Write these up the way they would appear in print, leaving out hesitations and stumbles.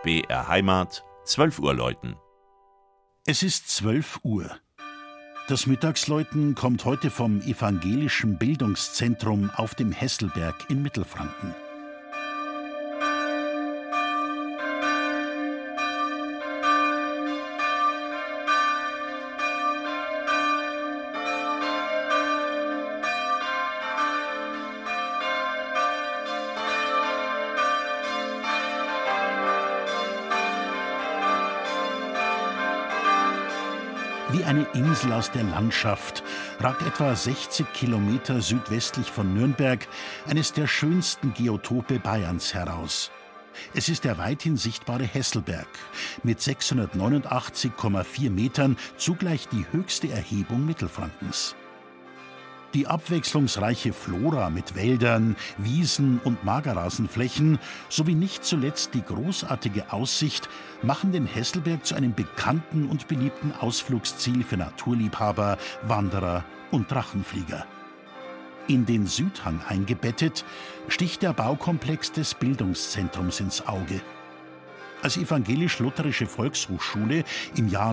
BR Heimat, 12 Uhr läuten. Es ist 12 Uhr. Das Mittagsläuten kommt heute vom Evangelischen Bildungszentrum auf dem Hesselberg in Mittelfranken. Wie eine Insel aus der Landschaft ragt etwa 60 Kilometer südwestlich von Nürnberg eines der schönsten Geotope Bayerns heraus. Es ist der weithin sichtbare Hesselberg mit 689,4 Metern, zugleich die höchste Erhebung Mittelfrankens. Die abwechslungsreiche Flora mit Wäldern, Wiesen und Magerrasenflächen sowie nicht zuletzt die großartige Aussicht machen den Hesselberg zu einem bekannten und beliebten Ausflugsziel für Naturliebhaber, Wanderer und Drachenflieger. In den Südhang eingebettet sticht der Baukomplex des Bildungszentrums ins Auge. Als evangelisch-lutherische Volkshochschule im Jahr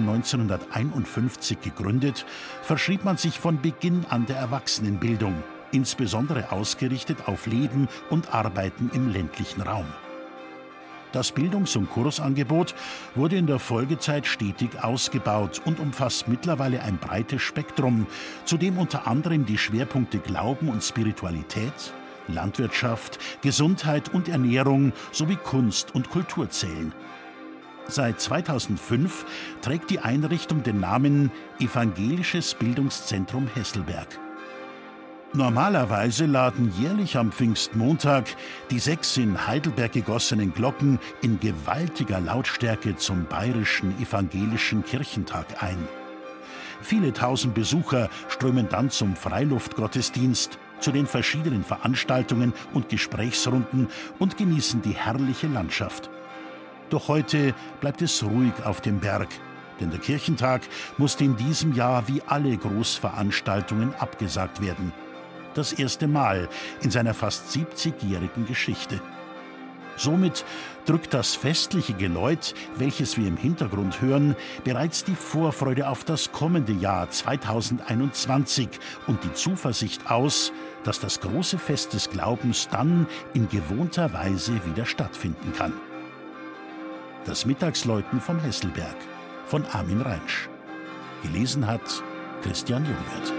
1951 gegründet, verschrieb man sich von Beginn an der Erwachsenenbildung, insbesondere ausgerichtet auf Leben und Arbeiten im ländlichen Raum. Das Bildungs- und Kursangebot wurde in der Folgezeit stetig ausgebaut und umfasst mittlerweile ein breites Spektrum, zu dem unter anderem die Schwerpunkte Glauben und Spiritualität, Landwirtschaft, Gesundheit und Ernährung sowie Kunst und Kultur zählen. Seit 2005 trägt die Einrichtung den Namen Evangelisches Bildungszentrum Hesselberg. Normalerweise laden jährlich am Pfingstmontag die 6 in Heidelberg gegossenen Glocken in gewaltiger Lautstärke zum Bayerischen Evangelischen Kirchentag ein. Viele tausend Besucher strömen dann zum Freiluftgottesdienst, zu den verschiedenen Veranstaltungen und Gesprächsrunden und genießen die herrliche Landschaft. Doch heute bleibt es ruhig auf dem Berg, denn der Kirchentag musste in diesem Jahr wie alle Großveranstaltungen abgesagt werden. Das erste Mal in seiner fast 70-jährigen Geschichte. Somit drückt das festliche Geläut, welches wir im Hintergrund hören, bereits die Vorfreude auf das kommende Jahr 2021 und die Zuversicht aus, dass das große Fest des Glaubens dann in gewohnter Weise wieder stattfinden kann. Das Mittagsläuten vom Hesselberg von Armin Reinsch. Gelesen hat Christian Jungwirth.